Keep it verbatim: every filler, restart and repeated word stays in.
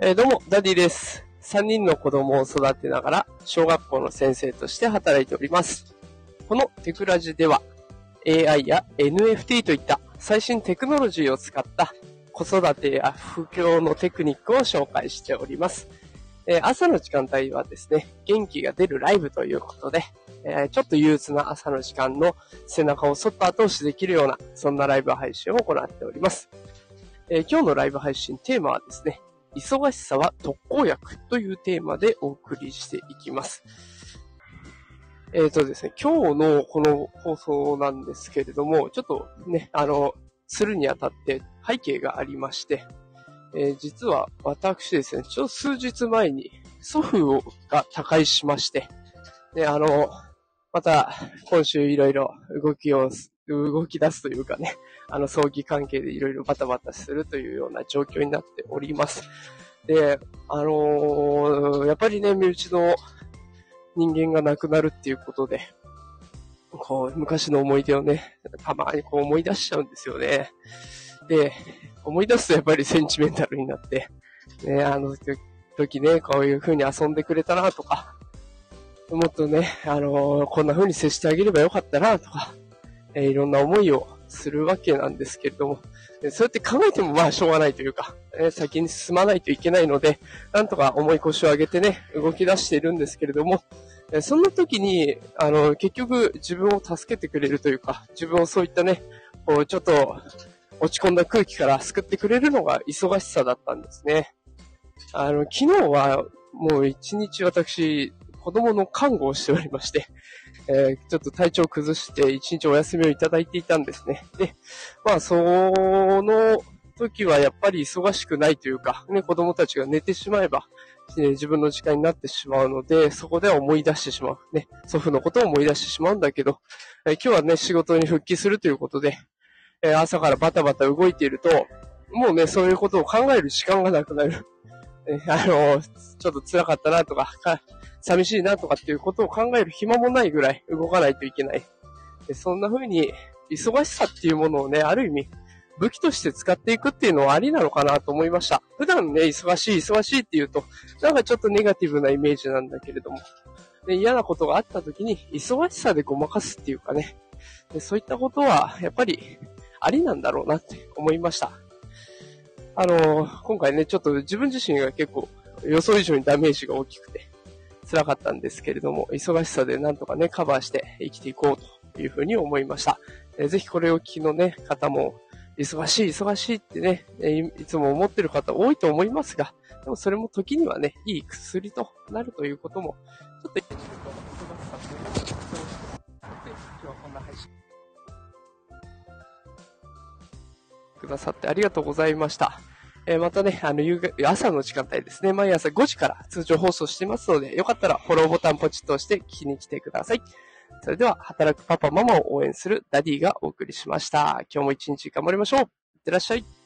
えー、どうも、ダディです。さんにんの子供を育てながら、小学校の先生として働いております。このテクラジでは、エーアイ や エヌエフティー といった最新テクノロジーを使った子育てや副業のテクニックを紹介しております。えー、朝の時間帯はですね、元気が出るライブということで、えー、ちょっと憂鬱な朝の時間の背中をそっと後押しできるような、そんなライブ配信を行っております。えー、今日のライブ配信テーマはですね、忙しさは特効薬というテーマでお送りしていきます。えっとですね、今日のこの放送なんですけれども、ちょっとね、あの、するにあたって背景がありまして、えー、実は私ですね、ちょっと数日前に祖父が他界しまして、で、あの、また今週いろいろ動きを、動き出すというかね、あの、葬儀関係でいろいろバタバタするというような状況になっております。で、あのー、やっぱりね、身内の人間が亡くなるっていうことで、こう、昔の思い出をね、たまにこう思い出しちゃうんですよね。で、思い出すとやっぱりセンチメンタルになって、ね、あの時ね、こういう風に遊んでくれたなとか、もっとね、あのー、こんな風に接してあげればよかったなとか、えー、いろんな思いをするわけなんですけれども、そうやって考えてもまあしょうがないというか、えー、先に進まないといけないので、なんとか重い腰を上げてね、動き出しているんですけれども、えー、そんな時に、あの、結局自分を助けてくれるというか、自分をそういったね、こうちょっと落ち込んだ空気から救ってくれるのが忙しさだったんですね。あの、昨日はもう一日私、子供の看護をしておりまして、えー、ちょっと体調を崩して一日お休みをいただいていたんですね。で、まあ、その時はやっぱり忙しくないというか、ね、子供たちが寝てしまえば、ね、自分の時間になってしまうので、そこでは思い出してしまう。ね、祖父のことを思い出してしまうんだけど、えー、今日はね、仕事に復帰するということで、えー、朝からバタバタ動いていると、もうね、そういうことを考える時間がなくなる。えー、あの、ちょっと辛かったなとか、寂しいなとかっていうことを考える暇もないぐらい動かないといけない。でそんな風に忙しさっていうものをね、ある意味武器として使っていくっていうのはありなのかなと思いました。普段ね、忙しい忙しいって言うと、なんかちょっとネガティブなイメージなんだけれども、で嫌なことがあった時に忙しさでごまかすっていうかね、でそういったことはやっぱりありなんだろうなって思いました。あのー、今回ね、ちょっと自分自身が結構予想以上にダメージが大きくて、辛かったんですけれども、忙しさでなんとかね、カバーして生きていこうというふうに思いました。えー、ぜひこれを聞きのね、方も、忙しい、忙しいってね、いつも思ってる方多いと思いますが、でもそれも時にはね、いい薬となるということも、ちょっと、ちょっと忙しさというのを、そうして、今日はこんな配信くださってありがとうございました。えー、またね、あの、夕方、朝の時間帯ですね、毎朝ごじから通常放送していますので、よかったらフォローボタンポチッと押して聞きに来てください。それでは、働くパパママを応援するダディがお送りしました。今日も一日頑張りましょう。いってらっしゃい。